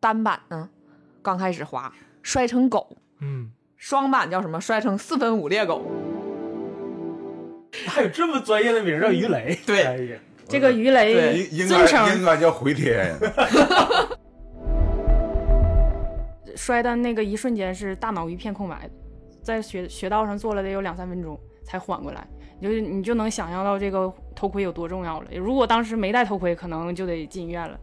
单板呢，刚开始滑摔成狗，双板叫什么？摔成4分5裂狗。 还有这么专业的名叫鱼雷？ 对， 哎呀， 这个鱼雷尊称应该叫回天。 摔的那个一瞬间是大脑一片空白，在雪道上坐了得有2-3分钟才缓过来，你就能想象到这个头盔有多重要了。如果当时没戴头盔，可能就得进医院了。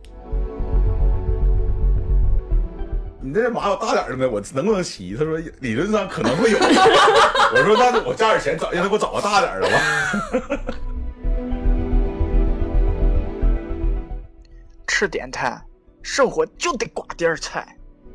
你这马有大点的，我能不能骑？他说理论上可能会有。我说那我加点钱让他给我找个大点的吧。 吃点摊，生活就得挂点菜。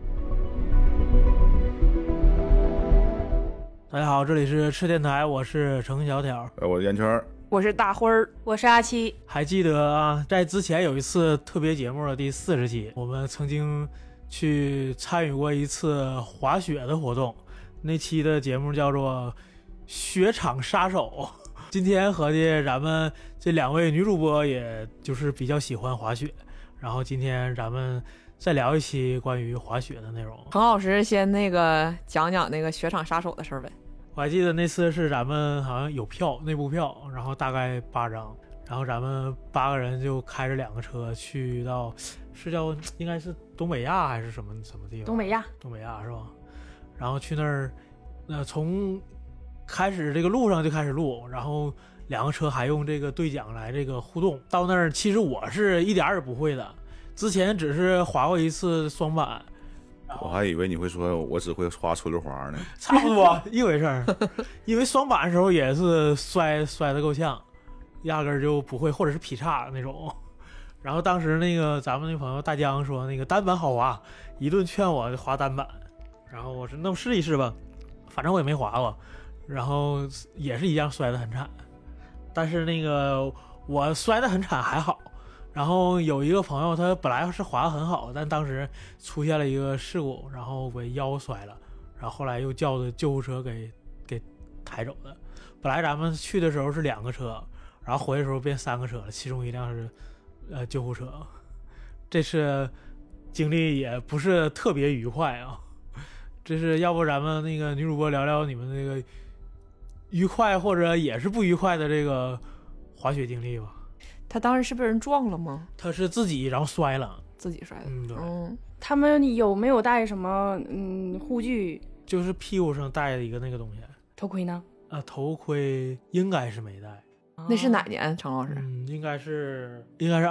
大家好，这里是吃电台，我是程小条， 我是烟圈， 我是大辉儿， 我是阿七。 还记得啊，在之前有一次特别节目的第40期，我们曾经去参与过一次滑雪的活动，那期的节目叫做雪场杀手。今天合计咱们这2位女主播也就是比较喜欢滑雪，然后今天咱们再聊一期关于滑雪的内容。 程老师先讲讲那个雪场杀手的事儿呗。 我还记得那次是咱们好像有票，内部票，然后大概8张，然后咱们8个人就开着2个车去到是叫应该是东北亚还是什么地方？ 东北亚是吧？然后去那儿，从开始这个路上就开始录，然后2个车还用这个对讲来这个互动。到那儿其实我是一点也不会的，之前只是滑过一次双板。 我还以为你会说我只会滑纯溜滑呢， 差不多一回事儿。因为双板的时候也是摔得够呛，压根儿就不会，或者是劈叉那种。然后当时咱们那朋友大江说那个单板好滑，一顿劝我滑单板。然后我说那我试一试吧，反正我也没滑过。然后也是一样摔得很惨，但是我摔得很惨还好。然后有一个朋友他本来是滑得很好，但当时出现了一个事故，然后给腰摔了，然后后来又叫的救护车给抬走的。本来咱们去的时候是2个车，然后回的时候变3个车了，其中一辆是救护车。这次经历也不是特别愉快啊。这是要不咱们女主播聊聊你们那个愉快或者也是不愉快的这个滑雪经历吧。 他当时是被人撞了吗？ 他是自己然后摔了， 自己摔的。 对。 他们有没有带什么护具？ 就是屁股上戴的一个那个东西。 头盔呢？ 头盔应该是没戴。 那是哪年，程老师？ 应该是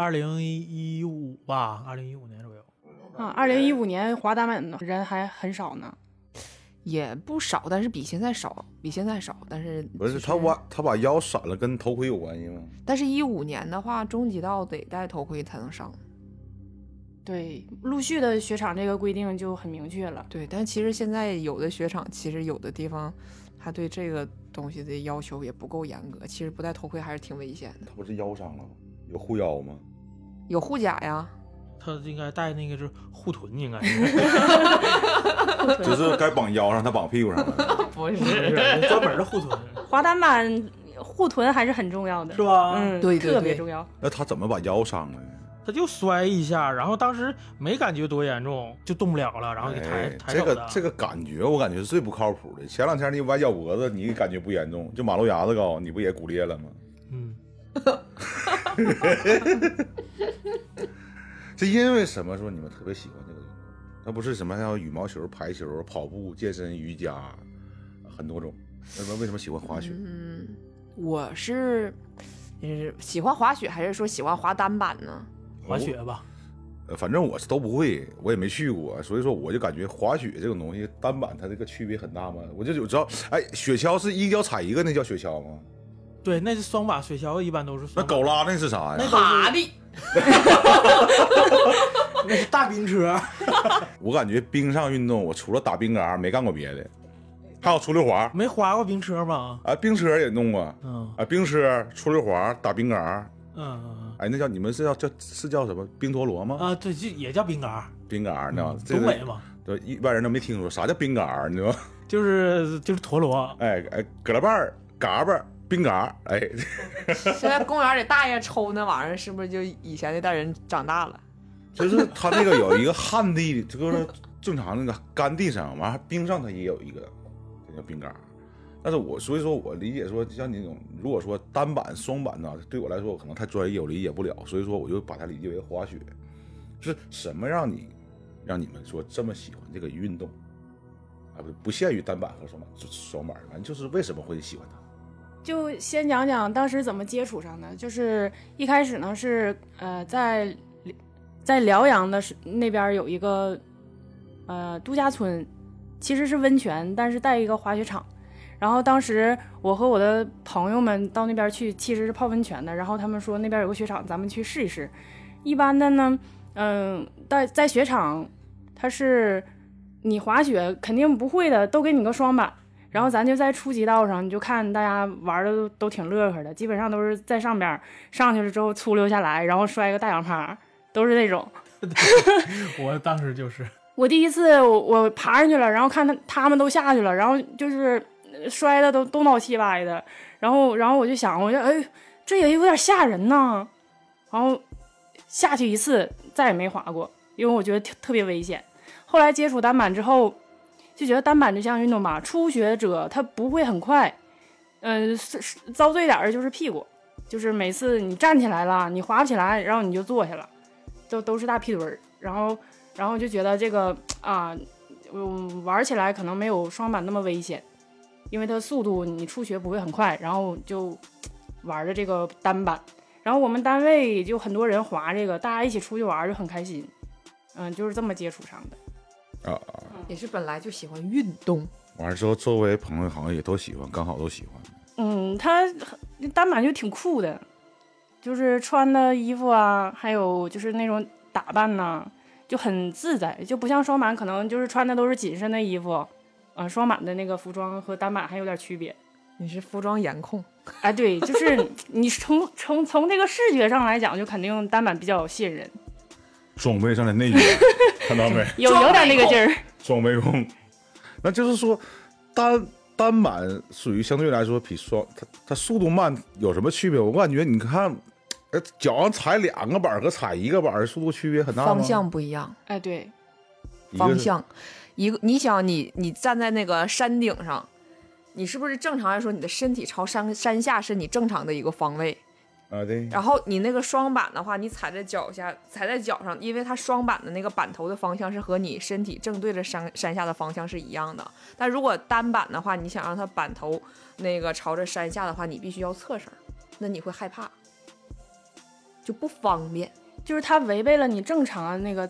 2015吧，2015年左右。 2015年滑单板的人还很少呢。 也不少，但是比现在少，但是不是他把腰闪了，跟头盔有关系吗？ 但是15年的话，中级道得戴头盔才能上。 对，陆续的雪场这个规定就很明确了。 对，但其实现在有的雪场，其实有的地方，他对这个东西的要求也不够严格。其实不戴头盔还是挺危险的。 他不是腰伤了吗？有护腰吗？ 有护甲呀。 他应该带那个是护臀，应该是。 就是该绑腰上，他绑屁股上了。 不是专门的护臀。 滑单板护臀还是很重要的， 是吧？ 对， 特别重要。 那他怎么把腰伤了呢？ 他就摔一下，然后当时没感觉多严重，就动不了了，然后给抬走的。 这个感觉我感觉是最不靠谱的。前2天你崴脚脖子，你感觉不严重，就马路牙子高，你不也骨裂了吗？是因为什么说你们特别喜欢这个运动？它不是什么像羽毛球、排球、跑步、健身、瑜伽，很多种。为什么喜欢滑雪？ 我是喜欢滑雪，还是说喜欢滑单板呢？ 滑雪吧。 反正我是都不会，我也没去过，所以说我就感觉滑雪这种东西，单板它这个区别很大吗？我就有知道，雪橇是一脚踩一个，那叫雪橇吗？ 对，那是双把，雪橇一般都是双把。 那狗拉那是啥呀？ 哈利。 那是大冰车。 我感觉冰上运动，我除了打冰杆没干过别的，还有出溜滑。 没滑过冰车吗？ 冰车也弄过。冰车、出溜滑、打冰杆。那叫你们是叫什么冰陀螺吗？ 对，也叫冰杆。 冰杆呢？ 东北嘛。 对，一般人都没听说啥叫冰杆，你知道吗？ 就是陀螺。 搁拉瓣、嘎巴、冰杆。 现在公园里大爷抽那玩意儿，是不是就以前那代人长大了？ 就是它那个有一个旱地，就是正常那个干地上，完了冰上它也有一个这叫冰杆。但是所以说我理解说，像那种如果说单板、双板呢，对我来说可能太专业，我理解不了，所以说我就把它理解为滑雪。就是什么让你们说这么喜欢这个运动啊？不限于单板和双板，反正就是为什么会喜欢它？ 就先讲讲当时怎么接触上的，就是一开始呢是在辽阳的那边有一个度假村，其实是温泉，但是带一个滑雪场。然后当时我和我的朋友们到那边去，其实是泡温泉的。然后他们说那边有个雪场，咱们去试一试。一般的呢，在雪场，它是你滑雪肯定不会的，都给你个双板。然后咱就在初级道上，你就看大家玩的都挺乐呵的，基本上都是在上边上去了之后粗溜下来，然后摔个大仰趴，都是那种。 我当时就是我第一次我爬上去了，然后看他们都下去了，然后就是摔的都东倒西歪的，然后我就想，这也有点吓人呢。然后下去一次再也没滑过，因为我觉得特别危险。后来接触单板之后，就觉得单板这项运动吧，初学者他不会很快，遭罪点的就是屁股，就是每次你站起来了，你滑不起来，然后你就坐下了，都是大屁墩儿，然后就觉得这个玩起来可能没有双板那么危险，因为它速度你初学不会很快，然后就玩的这个单板。然后我们单位就很多人滑这个，大家一起出去玩就很开心，就是这么接触上的。 也是本来就喜欢运动， 完了之后周围朋友好像也都喜欢，刚好都喜欢。 他单板就挺酷的，就是穿的衣服啊，还有就是那种打扮呐，就很自在，就不像双板可能就是穿的都是紧身的衣服，双板的那个服装和单板还有点区别。 你是服装颜控， 哎，对，就是你从这个视觉上来讲，就肯定单板比较吸引人， 装备上的内卷，看到没？ 有点那个劲儿。 装备控，那就是说单板属于相对来说比它速度慢有什么区别？我感觉你看，脚上踩2个板和踩1个板速度区别很大吗？ 方向不一样。 哎，对， 方向你想你站在那个山顶上，你是不是正常来说你的身体朝山下是你正常的一个方位？ 对。 然后你那个双板的话，你踩在脚上，因为它双板的那个板头的方向是和你身体正对着山下的方向是一样的。但如果单板的话，你想让它板头那个朝着山下的话，你必须要侧身，那你会害怕，就不方便。 就是它违背了你正常的那个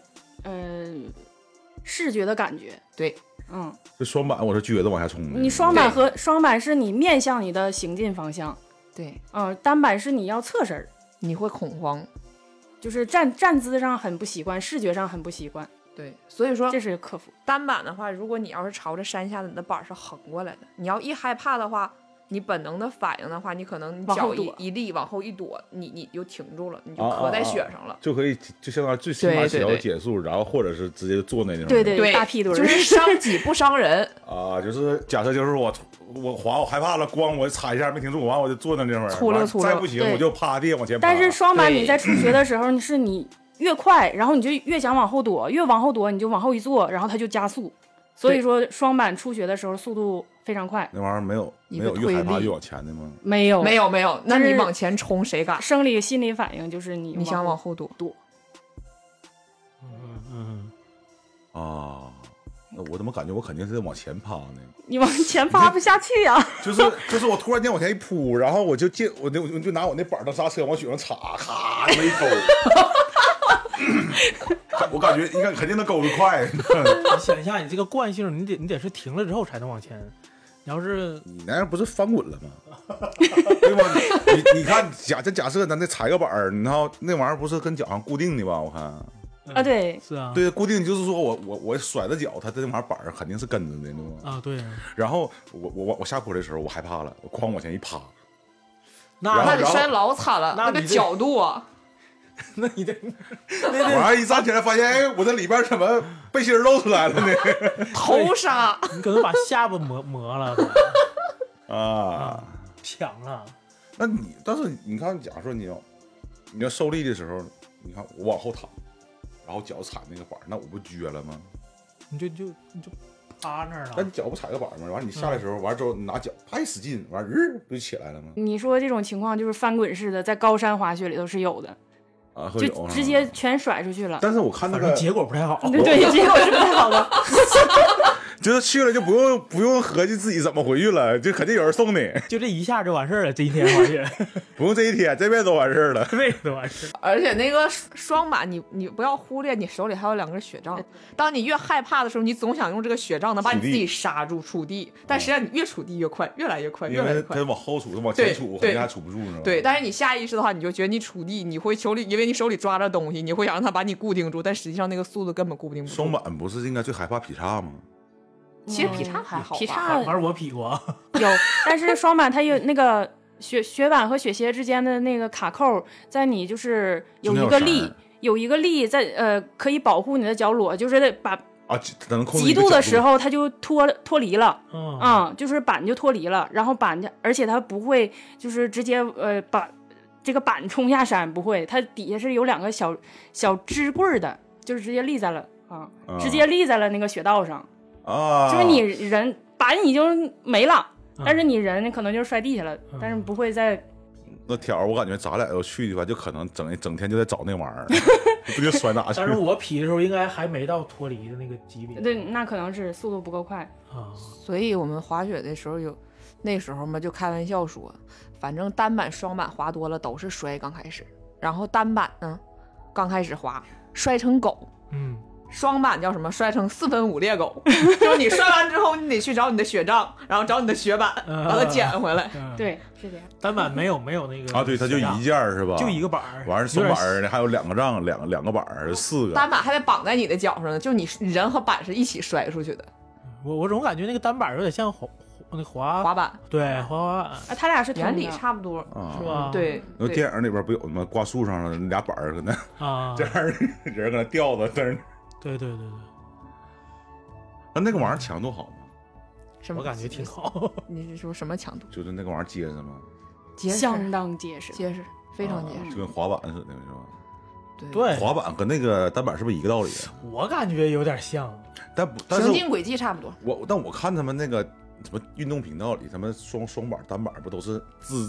视觉的感觉。 对， 这双板我是撅着往下冲的。 你双板是你面向你的行进方向。 对， 单板是你要侧身， 你会恐慌， 就是站姿上很不习惯，视觉上很不习惯。 对，所以说这是克服。 单板的话，如果你要是朝着山下的，你的板是横过来的，你要一害怕的话，你本能的反应的话，你可能脚一立往后一躲，你就停住了，你就磕在雪上了， 就可以就相当于最起码起到减速，然后或者是直接坐那种。 对，大屁墩就是伤己不伤人啊。就是假设就是我滑我害怕了，咣我踩一下没停住，完我就坐那地方， 粗溜再不行我就趴地往前爬。 但是双板你在初学的时候是你越快，然后你就越想往后躲，越往后躲你就往后一坐，然后它就加速。所以说双板初学的时候速度非常快。 那玩意儿没有越害怕越往前的吗？ 没有， 那你往前冲谁敢？ 生理心理反应就是你想往后躲。 那我怎么感觉我肯定是往前趴呢？ 你往前趴不下去呀、 就是我突然间往前一扑，然后我就拿我那板当刹车往雪上擦，咔这么一勾。我感觉应该肯定能勾得快。 你想一下，你这个惯性，你得是停了之后才能往前。你要是你那样不是翻滚了吗？对吧？你看假设咱得踩个板儿，然后那玩意儿不是跟脚上固定的吧？我看对， 是啊， 对，固定就是说我甩着脚，它这玩意儿板儿肯定是跟着的，对吧？ 对。 然后我下坡的时候我害怕了，我哐往前一趴， 那得摔老惨了，那个角度啊。 那你这完一站起来发现，哎，我这里边怎么背心露出来了呢？ 头纱， 你可能把下巴磨了抢了。 那但是你看，假如说你要受力的时候，你看我往后躺， 然后脚踩那个板，那我不撅了吗？ 你就趴那儿了。 但你脚不踩个板吗？完了你下来的时候，完之后你拿脚啪一使劲，完人不就起来了吗？ 你说这种情况就是翻滚式的，在高山滑雪里头是有的， 啊，会有就直接全甩出去了。 但是我看那个反正结果不太好。 对对，结果是不太好的。 就是去了就不用合计自己怎么回去了，就肯定有人送你， 就这一下就完事儿了，这一天滑雪， 不用这一天，这辈子都完事儿了。 这辈子都完事儿。 而且那个双板你不要忽略，你手里还有2根雪杖。当你越害怕的时候，你总想用这个雪杖能把你自己刹住触地，但实际上你越触地越快，越来越快，越来越快。 因为它往后触，往前触，肯定还触不住呢。 对，但是你下意识的话，你就觉得你触地，你会因为你手里抓着东西，你会想让它把你固定住，但实际上那个速度根本固定不住。 双板不是应该最害怕劈叉吗？ 其实劈叉还好吧， 劈叉玩我劈过， 有，但是双板它有那个雪板和雪鞋之间的那个卡扣，在你就是有一个力在可以保护你的脚裸，就是得把能控制极度的时候它就脱离了，就是板就脱离了，然后而且它不会就是直接把这个板冲下山，不会，它底下是有2个小支棍的，就是直接立在了直接立在了那个雪道上。就是你人板已经没了，但是你人可能就摔地下了，但是不会再。 那条我感觉咱俩要去的话，就可能整天就在找那玩意儿，不就摔哪去？ 但是我劈的时候应该还没到脱离的那个级别。 对，那可能是速度不够快所以我们滑雪的时候那时候嘛就开玩笑说，反正单板双板滑多了都是摔刚开始，然后单板呢刚开始滑摔成狗，双板叫什么？摔成4分5裂狗，就是你摔完之后，你得去找你的雪杖，然后找你的雪板，把它捡回来。 对，是这样。 单板没有那个对，它就一件是吧？ 就一个板， 完事双板还有2个杖，两个板4个。 单板还得绑在你的脚上呢，就你人和板是一起摔出去的。 我总感觉那个单板有点像滑板， 对滑板他俩是原理差不多， 是吧？ 对。 那电影里边不有吗？挂树上了俩板搁那这样人搁那吊着，在那。 对。 那个玩意儿强度好吗？ 我感觉挺好。 你是说什么强度？ 就是那个玩意儿结实吗？ 相当结实， 非常结实， 就跟滑板似的，是吧？ 对， 滑板跟那个单板是不是一个道理？ 我感觉有点像， 但是行进轨迹差不多。 但我看他们那个什么运动频道里，他们双板单板不都是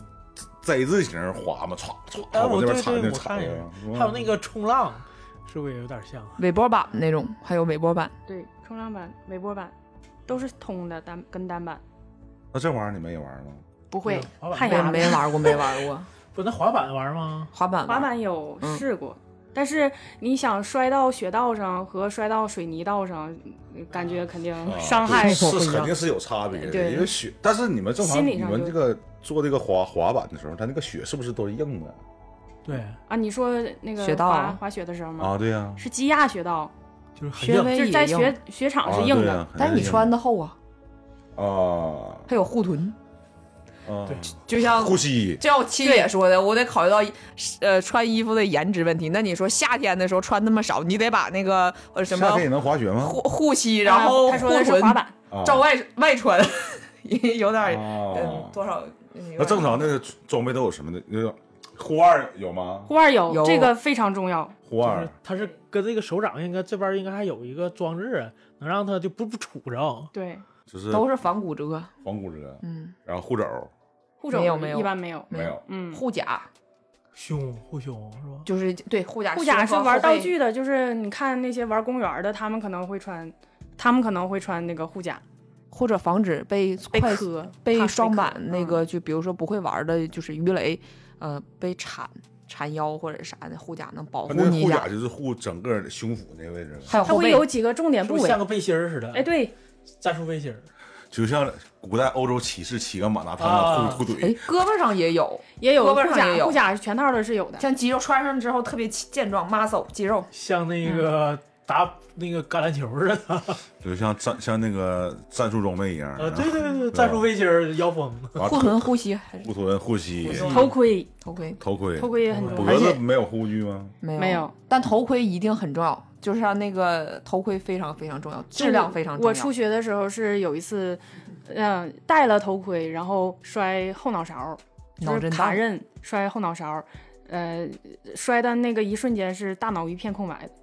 Z 字形滑吗？歘往这边踩那踩的。 还有那个冲浪，是不是也有点像？ 尾波板那种，还有尾波板。 对，冲浪板、尾波板都是通的跟单板。 那这玩意儿你们也玩吗？ 不会， 旱牙没玩过。 不，那滑板玩吗？ 滑板有试过，但是你想摔到雪道上和摔到水泥道上，感觉肯定伤害肯定是有差别的。因为雪，但是你们正常你们这个做这个滑板的时候，它那个雪是不是都是硬的？ 对啊，你说那个雪道滑雪的时候吗？ 对呀， 是积压雪道， 就是很硬， 就是在雪场是硬的， 但是你穿的厚啊，还有护臀。就像护膝， 就像我亲姐说的，我得考虑到穿衣服的颜值问题。那你说夏天的时候穿那么少，你得把那个什么夏天也能滑雪吗？ 护膝，然后他说的是滑板， 照外穿，有点多少？ 那正常那个装备都有什么的？那个护腕有吗？ 护腕有，这个非常重要。 护腕它是跟这个手掌这边应该还有一个装置，能让它就不杵着。 对， 就是都是防骨折， 然后护肘。 护肘没有， 一般没有， 护甲， 护胸是吧？ 就是对护甲是玩道具的，就是你看那些玩公园的，他们可能会穿那个护甲， 或者防止被双板那个，就比如说不会玩的，就是鱼雷，被缠腰或者啥的，护甲能保护你一下。 护甲就是护整个胸腹那个位置， 还有它会有几个重点部位， 像个背心似的。 哎，对， 战术背心。 就像古代欧洲骑士骑个马拿他护腿， 胳膊上也有护甲全套的是有的， 像肌肉穿上之后特别健壮 muscle 肌肉， 像那个打那个橄榄球似的， 就像那个战术装备一样。 对，战术背心、腰封、 护臀、护膝、 头盔很重要。 脖子没有护具吗？ 没有， 但头盔一定很重要。就是像那个头盔非常非常重要，质量非常重要。 我初学的时候是有一次，戴了头盔，然后摔后脑勺，就是卡刃摔后脑勺，摔的那个一瞬间是大脑一片空白的。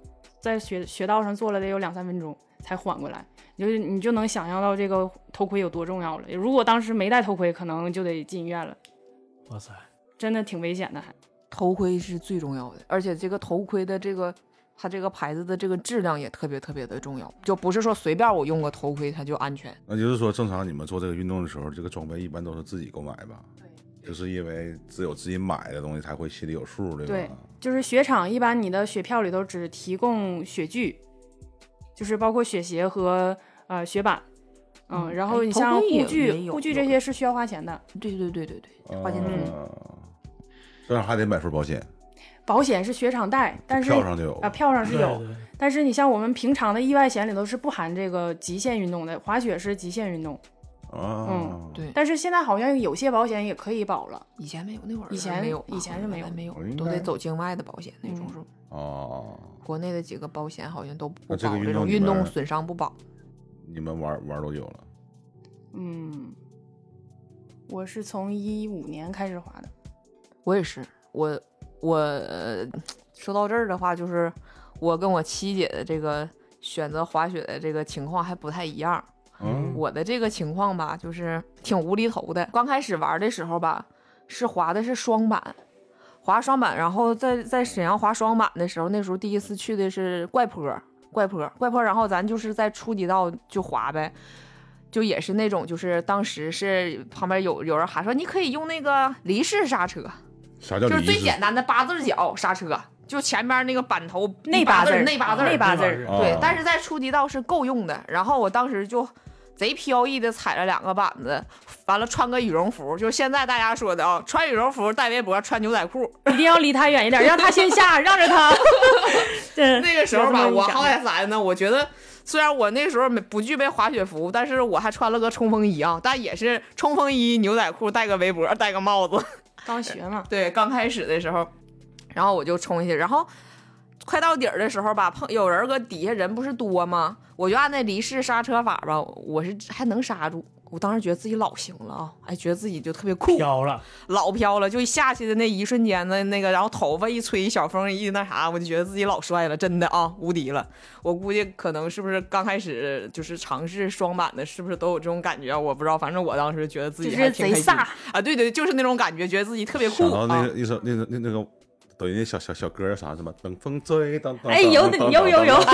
在学道上坐了得有2-3分钟才缓过来，你就能想象到这个头盔有多重要了。如果当时没戴头盔，可能就得进医院了。 哇塞， 真的挺危险的。 头盔是最重要的，而且这个头盔的它这个牌子的这个质量也特别特别的重要，就不是说随便我用个头盔它就安全。 那就是说，正常你们做这个运动的时候，这个装备一般都是自己购买吧？对，就是因为只有自己买的东西才会心里有数，对吧？ 对，就是雪场一般你的雪票里头只提供雪具，就是包括雪鞋和雪板。然后你像护具这些是需要花钱的。 对，花钱这样还得买份保险。 保险是雪场带，但是票上就有票上是有， 对， 但是你像我们平常的意外险里头是不含这个极限运动的，滑雪是极限运动。 对。 但是现在好像有些保险也可以保了， 以前没有，那会儿以前没有， 以前是没有， 都得走境外的保险那种是。国内的几个保险好像都不保这种运动损伤不保。 你们玩多久了？ 我是从15年开始滑的。 我也是，我说到这儿的话，就是我跟我七姐的这个选择滑雪的这个情况还不太一样。我的这个情况吧，就是挺无厘头的。刚开始玩的时候吧，是滑的是双板，然后在沈阳滑双板的时候，那时候第一次去的是怪坡，然后咱就是在初级道就滑呗。就也是那种，就是当时是旁边有人喊说，你可以用那个离式刹车。 啥叫就是最简单的8字脚刹车，就前面那个板头那8字对，但是在初级道是够用的。然后我当时就贼飘逸的踩了2个板子，完了穿个羽绒服，就现在大家说的穿羽绒服戴围脖穿牛仔裤， 一定要离他远一点，让他先下，让着他。 那个时候吧，我好歹咋的呢？我觉得虽然我那时候不具备滑雪服，但是我还穿了个冲锋衣啊，但也是冲锋衣、牛仔裤，戴个围脖，戴个帽子。 刚学嘛， 对，刚开始的时候，然后我就冲下去，然后快到底儿的时候吧，有人搁底下人不是多吗？我就按那离式刹车法吧，我是还能刹住。我当时觉得自己老行了啊，觉得自己就特别酷，老飘了，就一下去的那一瞬间的那个，然后头发一吹，小风一那啥，我就觉得自己老帅了，真的啊，无敌了。我估计可能是不是刚开始就是尝试双板的，是不是都有这种感觉？我不知道，反正我当时觉得自己还挺开心啊，对，就是那种感觉，觉得自己特别酷。 想到那个一首那个。抖音那小歌啥什么等风追等， 有点，就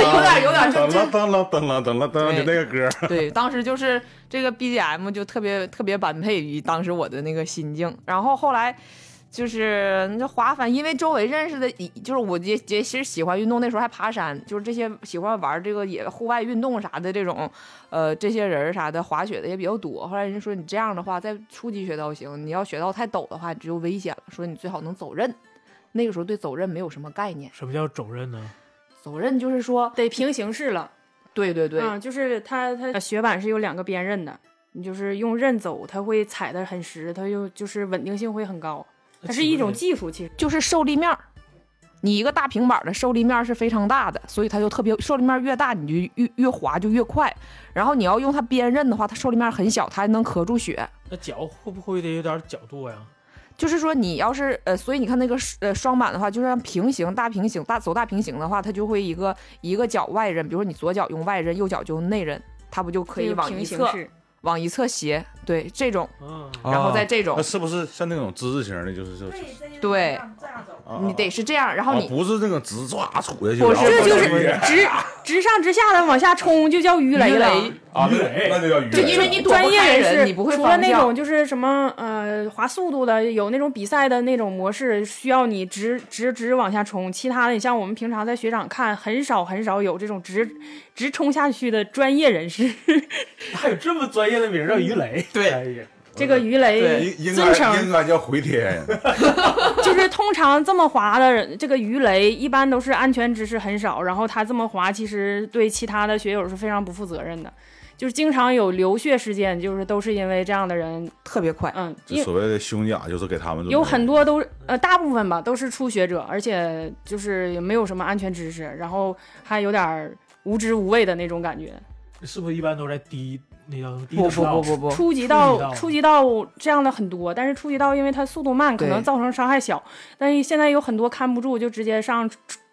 那个歌。 对，当时就是这个 BGM 就特别般配于当时我的那个心境。然后后来就是那滑板，因为周围认识的，就是我也其实喜欢运动，那时候还爬山，就是这些喜欢玩这个也户外运动啥的这种，这些人啥的滑雪的也比较多。后来人家说你这样的话，在初级雪道行，你要雪道太陡的话，你就危险了，说你最好能走刃。那个时候对走刃没有什么概念。 什么叫走刃呢？ 走刃就是说得平行式了。 对， 就是它雪板是有2个边刃的，你就是用刃走，它会踩得很实，它就是稳定性会很高。它是一种技术，其实就是受力面。你一个大平板的受力面是非常大的，所以它就特别受力面越大，你就越滑就越快。然后你要用它边刃的话，它受力面很小，它还能磕住雪。 那脚会不会得有点角度呀？ 就是说你要是所以你看那个双板的话，就是让平行大平行走大平行的话，它就会一个脚外刃，比如说你左脚用外刃，右脚就用内刃，它不就可以往一侧斜？对，这种，然后再这种， 那是不是像那种之字形的？就是对，你得是这样，然后你不是那个直唰杵下去， 不是就是直上直下的往下冲，就叫鱼雷了啊，那就叫鱼雷。 就因为你专业人士你不会除了那种就是什么滑速度的，有那种比赛的那种模式，需要你直往下冲。其他的你像我们平常在雪场看，很少有这种直冲下去的专业人士。 还有这么专业的名叫鱼雷？ 对。 这个鱼雷尊称应该叫回天， 就是通常这么滑的人，这个鱼雷一般都是安全知识很少，然后他这么滑，其实对其他的雪友是非常不负责任的，就是经常有流血事件，就是都是因为这样的人特别快， 所谓的胸甲就是给他们有很多都大部分吧都是初学者，而且就是也没有什么安全知识，然后还有点无知无畏的那种感觉。 是不是一般都在低？ 不，初级道这样的很多，但是初级道因为它速度慢，可能造成伤害小。但是现在有很多看不住，就直接上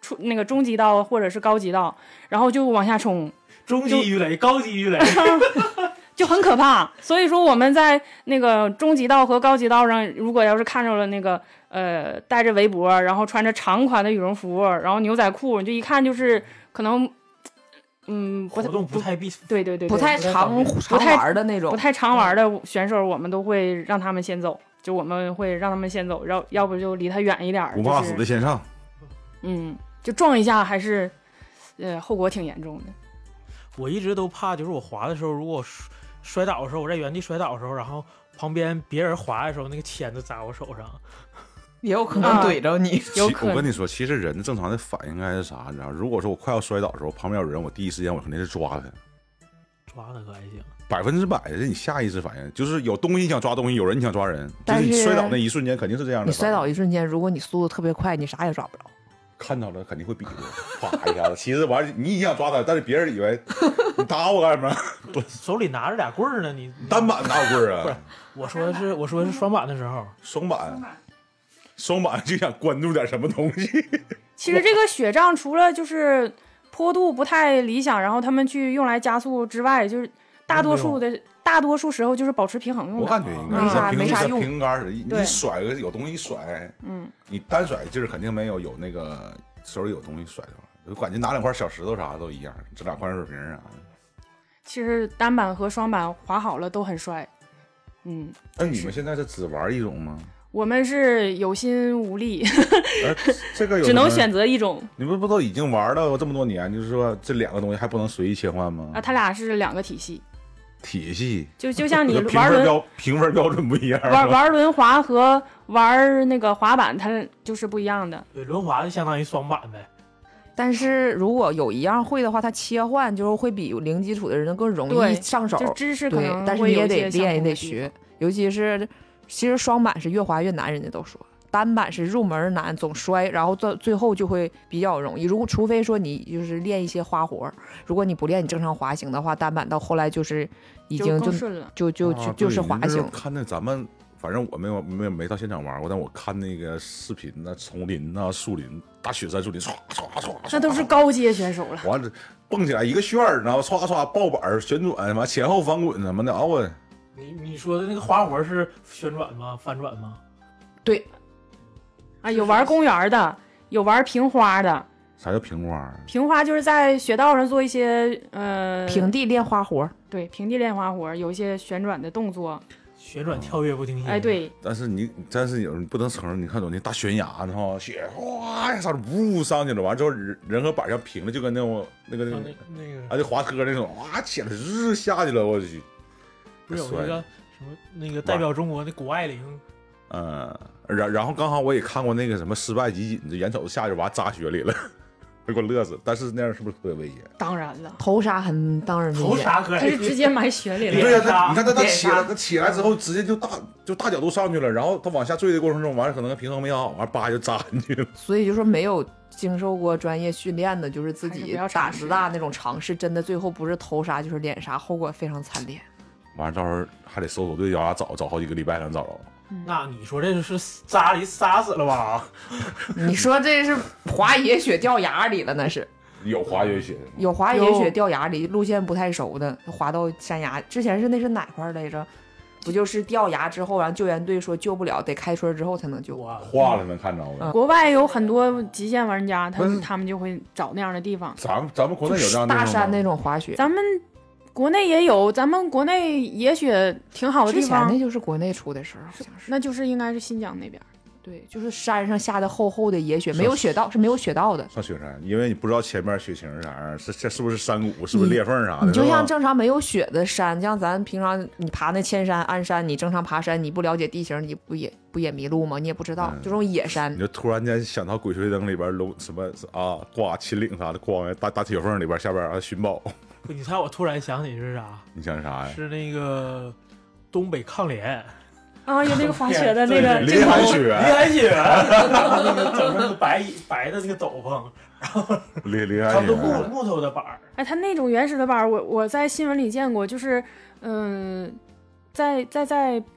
那个中级道或者是高级道，然后就往下冲， 中级鱼雷、高级鱼雷， 就很可怕。所以说我们在那个中级道和高级道上，如果要是看着了那个戴着围脖，然后穿着长款的羽绒服，然后牛仔裤，你就一看就是可能活动不太必， 对， 不太常玩的那种， 不太常玩的选手，我们都会让他们先走，就我们会让他们先走，要不就离他远一点， 不怕死的先上。 就撞一下还是后果挺严重的。 我一直都怕，就是我滑的时候，如果摔倒的时候，我在原地摔倒的时候，然后旁边别人滑的时候，那个签子砸我手上， 也有可能怼着你。 有可能。 我跟你说，其实人正常的反应应该是啥？你知道，如果说我快要摔倒的时候，旁边有人，我第一时间我肯定是抓他， 抓他可还行。 100%这是你下意识反应，就是有东西想抓东西，有人想抓人，就是你摔倒那一瞬间肯定是这样的。 你摔倒一瞬间，如果你速度特别快，你啥也抓不着。 看到了肯定会比划，啪一下子。其实完你想抓他，但是别人以为你打我干什么？ 手里拿着俩棍儿呢，你单板哪有棍儿啊？ 不是，我说的是双板的时候， 双板就想关注点什么东西。 其实这个雪杖除了就是坡度不太理想，然后他们去用来加速之外，就是大多数时候就是保持平衡用的。 我感觉应该没啥用。 平杆似的，你甩个有东西甩，你单甩劲儿肯定没有那个手里有东西甩的。我感觉拿2块小石头啥的都一样，这2块水瓶啥的。 其实单板和双板滑好了都很帅。 那你们现在是只玩一种吗？ 我们是有心无力， 这个只能选择一种。 你们不都已经玩了这么多年，就是说这2个东西还不能随意切换吗？ 它俩是2个体系。 体系就像你玩轮评分标准不一样， 玩轮滑和玩那个滑板它就是不一样的。 对，轮滑就相当于双板呗。 但是如果有一样会的话，它切换就是会比零基础的人更容易上手。 就知识可能但是你也得练，也会有一些得学。尤其实双板是越滑越难，人家都说单板是入门难，总摔，然后到最后就会比较容易。除非说你就是练一些花活，如果你不练你正常滑行的话，单板到后来就是已经就顺了， 就是滑行。 看那咱们。反正我没到现场玩过，但我看那个视频呐，丛林呐、树林、大雪山树林，唰唰唰， 那都是高阶选手了。 完了，蹦起来一个旋儿，然后唰唰爆板旋转，完前后翻滚什么的，我。 你说的那个花活是旋转吗？翻转吗？ 对。 啊，有玩公园的，有玩平花的。 啥叫平花？ 平花就是在雪道上做一些平地练花活。对， 平地练花活，有一些旋转的动作。 旋转跳跃不停歇。 哎，对。 但是有人不能承认，你看走那大悬崖，然后雪哗一下子呜上去了，完之后人和板上平了，就跟那个就滑车那种，哇起来日下去了，我去。 不是有那个什么那个代表中国的谷爱凌？ 然后刚好我也看过那个什么失败集锦，就眼瞅着下去完扎雪里了。给我乐死！但是那样是不是特别危险？ 当然了， 头沙当然危险。 头沙可以， 他是直接埋雪里了。 对呀，你看他起来之后，直接就大角度上去了，然后他往下坠的过程中，完了可能平衡没好，完叭就扎进去了。 所以就说没有经受过专业训练的，就是自己胆子大那种尝试，真的最后不是头沙就是脸沙，后果非常惨烈。 完了到时候还得搜队要找好几个礼拜才能找着。 那你说这是扎里杀死了吧？ 你说这是滑野雪掉崖里了，那是有滑野雪， 有滑野雪掉崖里，路线不太熟的，滑到山崖。之前是那是哪块来着？不就是掉崖之后，然后救援队说救不了，得开春之后才能救。 化了能看着的。 国外有很多极限玩家，他们就会找那样的地方。 咱们国内有这样的大山那种滑雪， 咱们国内也有，咱们国内野雪挺好的地方。 之前那就是国内出的时候，好像是， 那就是应该是新疆那边。 对，就是山上下的厚厚的野雪，没有雪道，是没有雪道的。 上雪山，因为你不知道前面雪情是啥样，是不是山谷，是不是裂缝啥的。 你就像正常没有雪的山，像咱平常你爬那千山鞍山，你正常爬山，你不了解地形，你不也迷路吗？你也不知道，就这种野山。 你就突然间想到《鬼吹灯》里边什么啊，挂秦岭啥的，咣大铁缝里边下边寻宝。 你猜我突然想起是啥？ 你想啥呀？ 是那个东北抗联。 啊，有那个防雪的那个林寒雪， 那个整个白的那个斗篷，然后林寒雪， 他们都木头的板儿。 哎，他那种原始的板儿，我在新闻里见过，就是在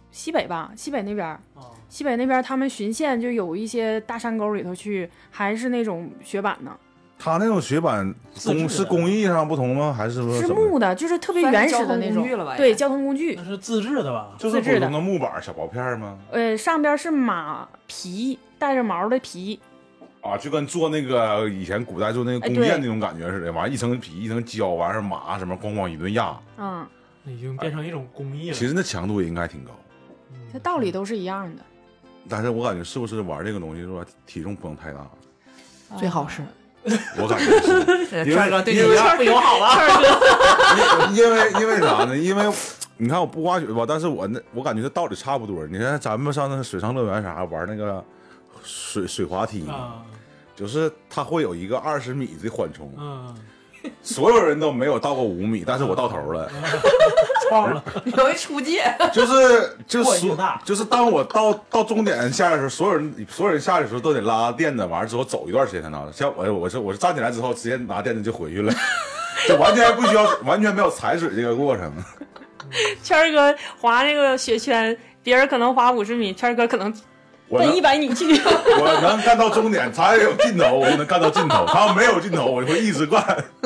西北吧，西北那边， 啊， 西北那边他们巡线就有一些大山沟里头去，还是那种雪板呢， 他那种雪板是工艺上不同吗？还是说是什么木的，就是特别原始的那种算是交通工具了吧， 对，交通工具那。是自制的吧？ 就是自制的普通的木板小薄片吗？ 上边是马皮，带着毛的皮， 啊，就跟做那个以前古代做那个弓对箭那种感觉似的，完一层皮一层胶，完事马什么咣咣一顿压， 嗯， 已经变成一种工艺了。 其实那强度也应该挺高。 这道理都是一样的。 但是我感觉是不是玩这个东西是吧，体重不能太大， 最好是。 我感觉是。因为圈哥对你因为不友好了。 因为啥呢？因为你看我不滑雪吧，但是我感觉这道理差不多。你看咱们上那个水上乐园啥玩那个水滑梯， 啊， 就是它会有一个20米的缓冲， 嗯， 所有人都没有到过5米，但是我到头了。 创了， 有一出界， 就是过瘾大就是当我到终点下来的时候，所有人下来的时候都得拉垫子，完了之后走一段时间才能。像我是站起来之后直接拿垫子就回去了，就完全不需要，完全没有踩水这个过程。 圈哥滑那个雪圈，别人可能滑50米，圈哥可能奔我能 100米去。 我能干到终点，他也有尽头，我就能干到尽头。他要没有尽头，我就会一直干。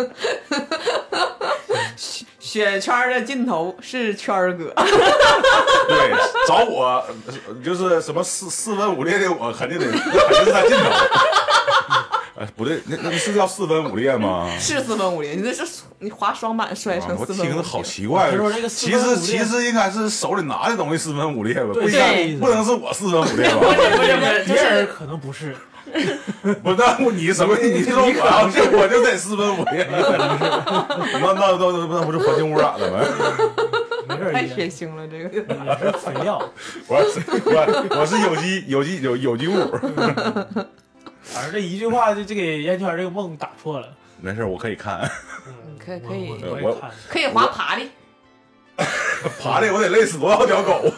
雪圈的尽头是圈哥。 对，找我就是什么四分五裂的，我肯定是他尽头。不对，那是叫4分5裂吗？ 是4分5裂，你这是你滑双板摔成我 4分5裂。 听着好奇怪。 他说这个4分5裂其实应该是手里拿的东西4分5裂吧， 对不应该对不能是我4分5裂吧？ 不是别人可能不是， 不，那你什么？你说我要是我就得4分5裂，可能是。那不是环境污染了吗？ 没事儿， 太也血腥了，这个。 也是肥料。 我是有机物。 反正这一句话就给烟圈这个梦打破了。 没事，我可以看。 可以我也看。 可以滑爬犁。 爬的我得累死多少条狗？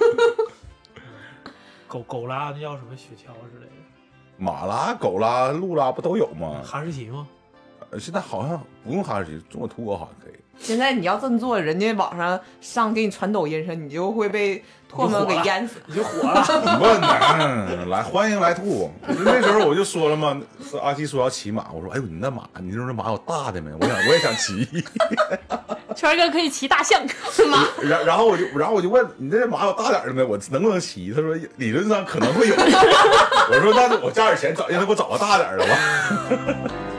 狗拉那叫什么雪橇之类的， 马拉、狗拉、鹿拉不都有吗？ 哈士奇吗？ 现在好像不用哈士奇，中国土狗好像可以。 现在你要这么做，人家网上给你传抖音上，你就会被唾沫给淹死。 你就火了。 不能来，欢迎来吐。那时候我就说了嘛，是阿七说要骑马，我说哎呦你那马，你说那马有大的没？我也想骑。 圈哥可以骑大象。 然后我就问你这马有大点的没？我能不能骑？他说理论上可能会有。我说那我加点钱让他给我找个大点的吧。